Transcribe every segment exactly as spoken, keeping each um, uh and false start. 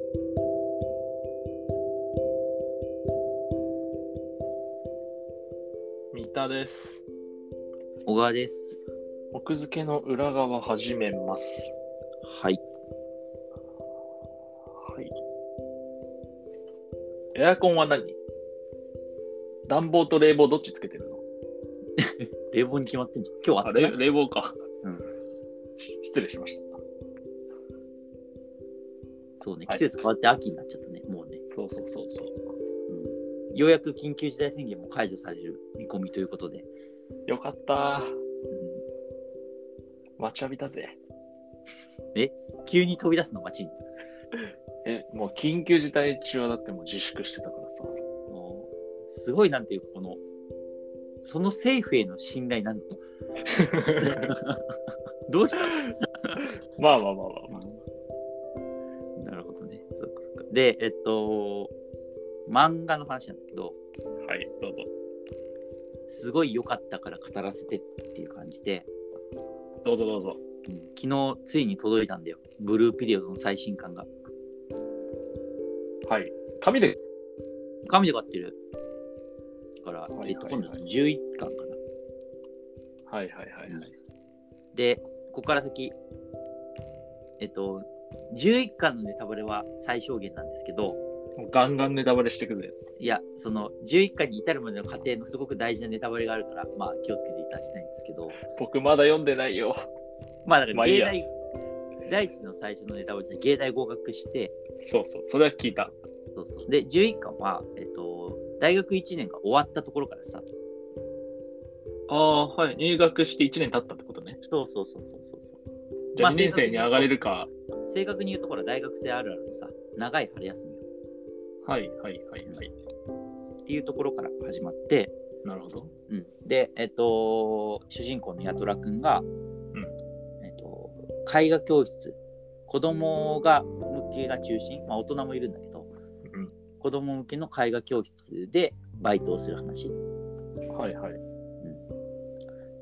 三田です。 小川です。 奥付けの裏側始めます。 はい。 はい。エアコンは何？暖房と冷房どっちつけてるの？ 冷房に決まってんじゃん。今日暑くない？ あ、冷房か。 うん。 失礼しました。 そうね、 はい、 季節変わって秋になっちゃったね、もうね。 そうそうそうそう。 うん、ようやく緊急事態宣言も解除される見込みということで。 よかった。 うん、 待ちわびたぜ。 え、急に飛び出すの街に。 え、もう緊急事態中はだってもう自粛してたからさ。 もうすごいなんていうか、この、その政府への信頼なのどうしたまあまあまあまあまあ。なるほどね。そうか。で、えっと、漫画の話なんだけど、 はい、どうぞ。 すごい良かったから語らせてっていう感じで、 どうぞどうぞ。 うん、昨日ついに届いたんだよ。ブルーピリオドの最新刊が。 はい。紙で紙で買ってる。だから、 はいはいはい、 えっと、今度じゅういっかんかな。 はいはいはい、はい。 で、ここから先、えっと、じゅういっかんのネタバレは最小限なんですけど、 もうガンガンネタバレしていくぜ。 いや、そのじゅういっかんに至るまでの過程のすごく大事なネタバレがあるから、まあ気をつけていただきたいんですけど、 僕まだ読んでないよ。 まあだから芸大、 まあ、 第一の最初のネタバレで芸大合格して、 そうそう、それは聞いた。 そうそう。で、じゅういっかんは、えっと、大学いちねんが終わったところからスタート。 ああ、はい。入学していちねん経ったってことね。 そうそうそうそうそう。 じゃあにねん生に上がれるか。 正確に言うところは大学生あるあるのさ、長い春休みを。 はいはいはいはい。 っていうところから始まって、 なるほど。 うん、で、えっと、主人公の八虎くんが、 うんえっと、絵画教室、子供が向けが中心、まあ大人もいるんだけど、 うん、 子供向けの絵画教室でバイトをする話。 はいはい。うん、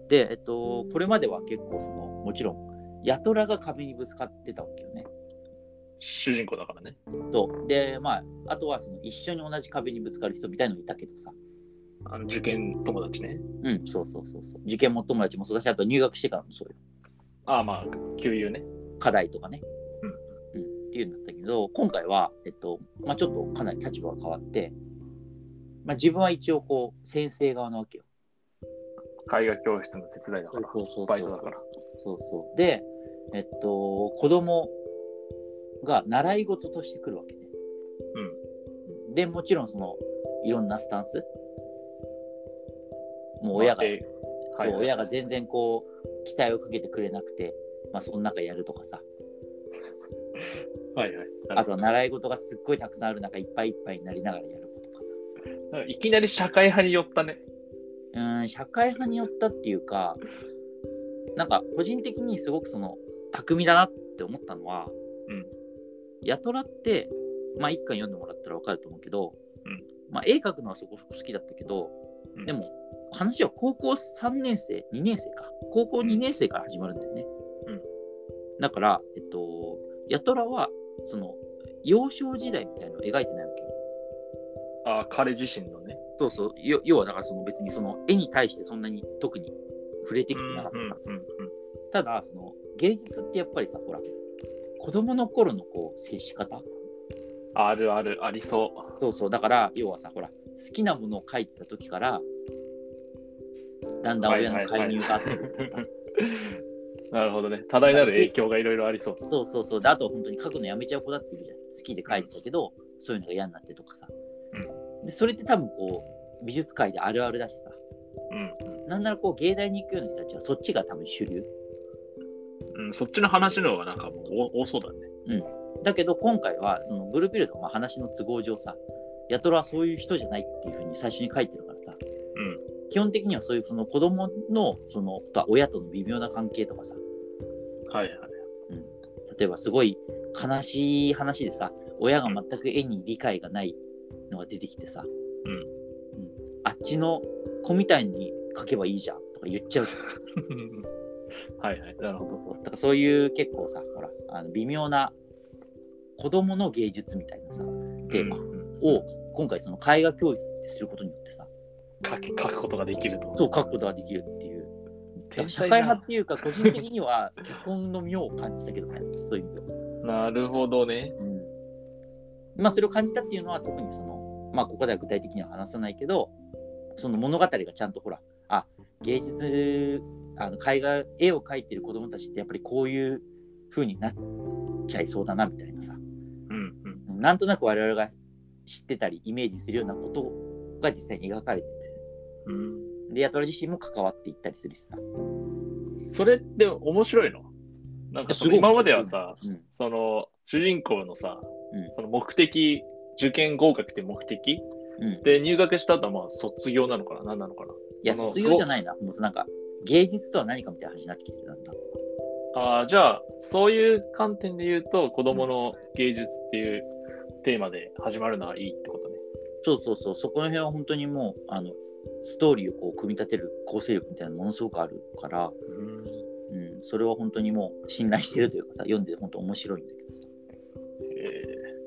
で、えっと、これまでは結構その、もちろん、八虎が壁にぶつかってたわけよね。 主人公だからね。 そう。で、まあ、あとはその一緒に同じ壁にぶつかる人みたいのいたけどさ。 あの受験友達ね。 うん、そうそうそうそう。受験も友達もそうだし、あと入学してからもそうよ。 ああ、まあ、給油ね。 課題とかね。 うん。 うん、っていうんだったけど、今回は、えっと、まあちょっとかなり立場が変わって、まあ自分は一応こう、先生側なわけよ。 絵画教室の手伝いだから。 そうそうそうそう。 バイトだから。 そうそう。で、えっと、子供が習い事として来るわけね。うん。で、もちろんその、いろんなスタンス。もう親が、まあえー、そう、はいはい、親が全然こう、期待をかけてくれなくて、まあその中やるとかさ。 はいはい。 あとは習い事がすっごいたくさんある中、いっぱいいっぱいになりながらやることかさ。 いきなり社会派に寄ったね。 うーん、社会派に寄ったっていうか、なんか個人的にすごくその巧みだなって思ったのは、うん、八虎ってまあ一巻読んでもらったら分かると思うけど、うん、まあ絵描くのはそこそこ好きだったけど、うん、でも話は高校さんねん生、にねん生か、高校にねん生から始まるんだよね。うん、だからえっと八虎はその幼少時代みたいなのを描いてないわけよ。 ああ、彼自身のね。 そうそう、要はだからその別にその絵に対してそんなに特に触れてきてなかった。うんうんうんうん、ただその芸術ってやっぱりさ、ほら子供の頃のこう接し方あるあるありそう。 そうそう、だから要はさ、ほら好きなものを描いてた時からだんだん親の介入があってさ、はいはいはい、 なるほどね。多大なる影響がいろいろありそう。 そうそうそう。で、あと本当に描くのやめちゃう子だっているじゃん。好きで描いてたけど、うん、そういうのが嫌になってとかさ。うん、で、それって多分こう美術界であるあるだしさ。うん、なんならこう芸大に行くような人たちはそっちが多分主流。 うん、そっちの話の方がなんかもう多そうだね。 うん。だけど今回はそのブルーピルドの話の都合上さ、八虎はそういう人じゃないっていう風に最初に書いてるからさ。うん。基本的にはそういうその子供のその親との微妙な関係とかさ。 はいはい。 うん。例えばすごい悲しい話でさ、親が全く絵に理解がないのが出てきてさ。うん。うん、あっちの子みたいに描けばいいじゃんとか言っちゃうじゃん。 はいはい。なるほど。 そう。だからそういう結構さ、ほら、あの微妙な子供の芸術みたいなさテーマを今回その絵画教室ですることによってさ、 書き書くことができると。 そう書くことができるっていう。社会派っていうか個人的には脚本の妙を感じたけどね、そういう意味では。 なるほどね。 うん。まあそれを感じたっていうのは特にそのまあここでは具体的には話さないけど、その物語がちゃんとほら、あ、芸術あの絵画絵を描いてる子供たちってやっぱりこういう風になっちゃいそうだなみたいなさ、 うんうん、 なんとなく我々が知ってたりイメージするようなことが実際に描かれてて、 うん、 で八虎自身も関わっていったりするしさ。 それって面白いの？なんかその今まではさ、うん、その主人公のさ、うん、その目的、受験合格って目的、うん、で入学した後はまあ卒業なのかな、何なのかな。 いや卒業じゃないな、もうなんか芸術とは何かみたいな話になってきてるんだ。 ああ、じゃあそういう観点で言うと子供の芸術っていうテーマで始まるのはいいってことね。 そうそうそう、そこの辺は本当にもうあのストーリーをこう組み立てる構成力みたいなのものすごくあるから、うん、うん、それは本当にもう信頼してるというかさ、読んで本当面白いんだけどさ。 え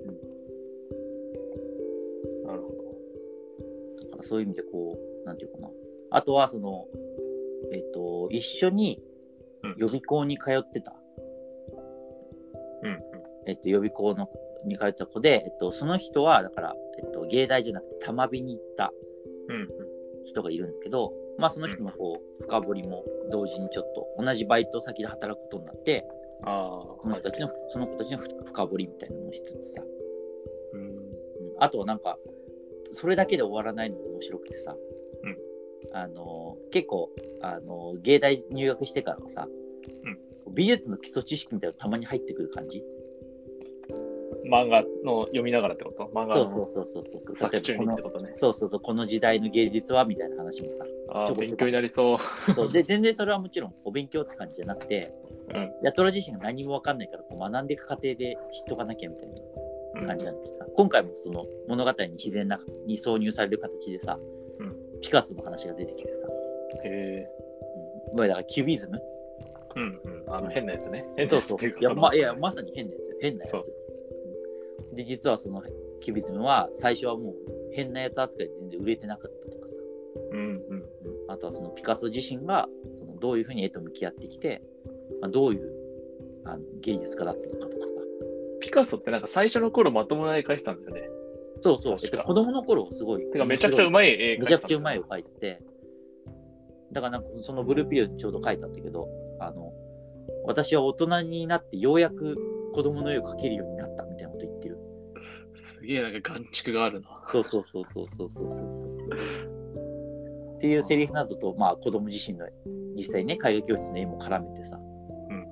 ー、うん、なるほど。 だからそういう意味でこうなんていうかな、あとはそのえっと一緒に予備校に通ってた、 うんうん、 えっと予備校のに通ってた子で、えっとその人はだからえっと芸大じゃなくて玉美に行った人がいるんだけど、まあその人のこう深掘りも同時にちょっと同じバイト先で働くことになって、 あその人たちのその子たちの深掘りみたいなのをしつつさ、 うん、 あとはなんかそれだけで終わらないのも面白くてさ、うん、あの結構あの芸大入学してからはさ、うん、美術の基礎知識みたいなのたまに入ってくる感じ。 漫画の読みながらってこと？漫画のそうそうそうそうそう。 作中にってことね。 そうそうそう、この時代の芸術はみたいな話もさ、 あ勉強になりそう。 そうで全然それはもちろんお勉強って感じじゃなくて、うん、八虎自身が何も分かんないからこう学んでいく過程で知っとかなきゃみたいな感じなんだけどさ、うん、今回もその物語に自然なに挿入される形でさ、うん、ピカソの話が出てきてさ、 へぇー、まあだからキュビズム、 うんうん、あの変なやつね。変なやつっていうか、 いや、ま、いやまさに変なやつよ、変なやつ。で実はそのキュビズムは最初はもう変なやつ扱いで全然売れてなかったとかさ、うんうんうん、あとはそのピカソ自身がそのどういうふうに絵と向き合ってきて、まあ、どういうあの芸術家だったのかとかさ。 ピカソってなんか最初の頃まともな絵描いてたんだよね。 そうそう、えっと、子供の頃すごいてかめちゃくちゃうまい絵描いてた。 めちゃくちゃうまい絵を描いてて、だからなんかそのブルーピリオドにちょうど書いてあったけど、あの私は大人になってようやく子供の絵を描けるようになったみたいなこと言ってる。 すげえなんか眼蓄があるな。 そうそうそうそうそうそうそうっていうセリフなどと、まあ子供自身の実際ね絵画教室の絵も絡めてさ、うんうんうん、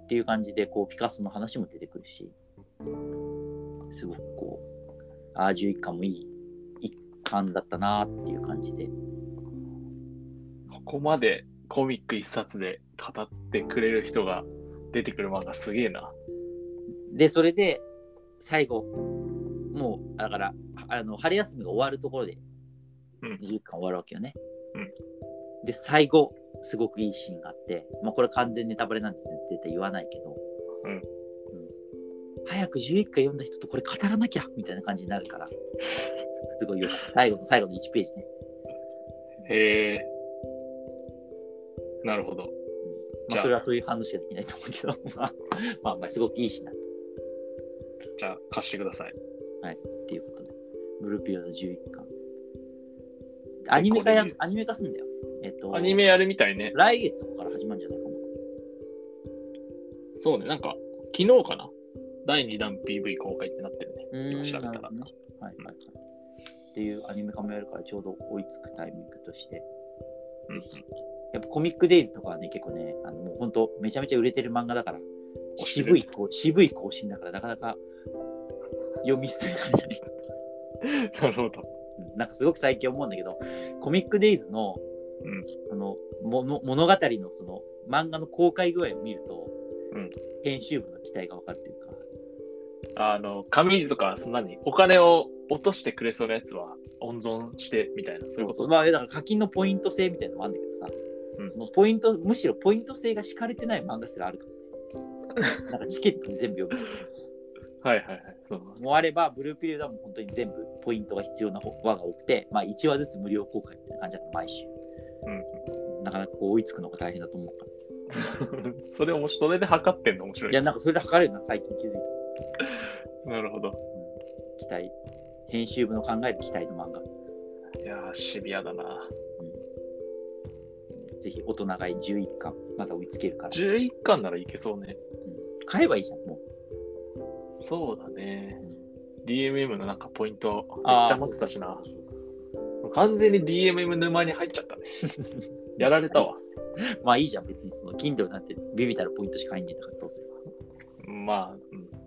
っていう感じでこうピカソの話も出てくるし、すごくこうああじゅういっかんもいい一巻だったなっていう感じで、 ここまでコミック一冊で語ってくれる人が出てくる漫画すげえな。 でそれで最後もうだからあの春休みが終わるところでにじゅっかん終わるわけよね、うん、で最後すごくいいシーンがあって、まあ、これ完全ネタバレなんですね絶対言わないけど、うんうん、早くじゅういっかい読んだ人とこれ語らなきゃみたいな感じになるからすごいよ最後の最後のいちページね。 へえ、なるほど、うん、 まあ、それはそういう反応しかできないと思うけどまあまあまあすごくいいシーンだった。 じゃあ貸してください。 はい、っていうことでブルーピリオドじゅういっかんアニメ化やアニメ化すんだよ。えっとアニメやるみたいね。 来月とかから始まるんじゃないかな。 そうね、なんか昨日かなだいにだん ピーブイ 公開ってなってるね。今調べたら、ね、 はいはいはい。っていうアニメ化もやるからちょうど追いつくタイミングとして、うん、ぜひやっぱコミックデイズとかはね結構ねあのもう本当めちゃめちゃ売れてる漫画だから渋いこう渋い更新だからなかなか読み捨てられない。 なるほど。 なんかすごく最近思うんだけど、コミックデイズの、うん、あのもの物語のその漫画の公開具合を見ると、うん、編集部の期待が分かるというか、あの紙とかそんなにお金を落としてくれそうなやつは温存してみたいな、そういうこと。 そうそう、まあだから課金のポイント制みたいなのもあるんだけどさ、うん、そのポイントむしろポイント制が敷かれてない漫画すらあるからね。なんかチケットに全部読む。 はいはいはい。そうもあれば、ブルーピリオドはもう本当に全部ポイントが必要な輪が多くて、まあいちわずつ無料公開って感じだった、毎週。うん。なかなかこう追いつくのが大変だと思うから。 それ面白い。それで測ってんの面白い。 いや、なんかそれで測れるの最近気づいた。なるほど、うん。 期待。編集部の考える期待の漫画。 いやー、シビアだな。 うん、ぜひ大人買いじゅういっかん、まだ追いつけるから。 じゅういっかんならいけそうね。 うん、買えばいいじゃん、もう。 そうだね。うん、ディーエムエム のなんかポイントめっちゃ持ってたしな。完全に ディーエムエム 沼に入っちゃったね。やられたわ。 まあいいじゃん、別にその Kindle なんてビビたるポイントしか入んねえんだからどうせ。 まあ、うん。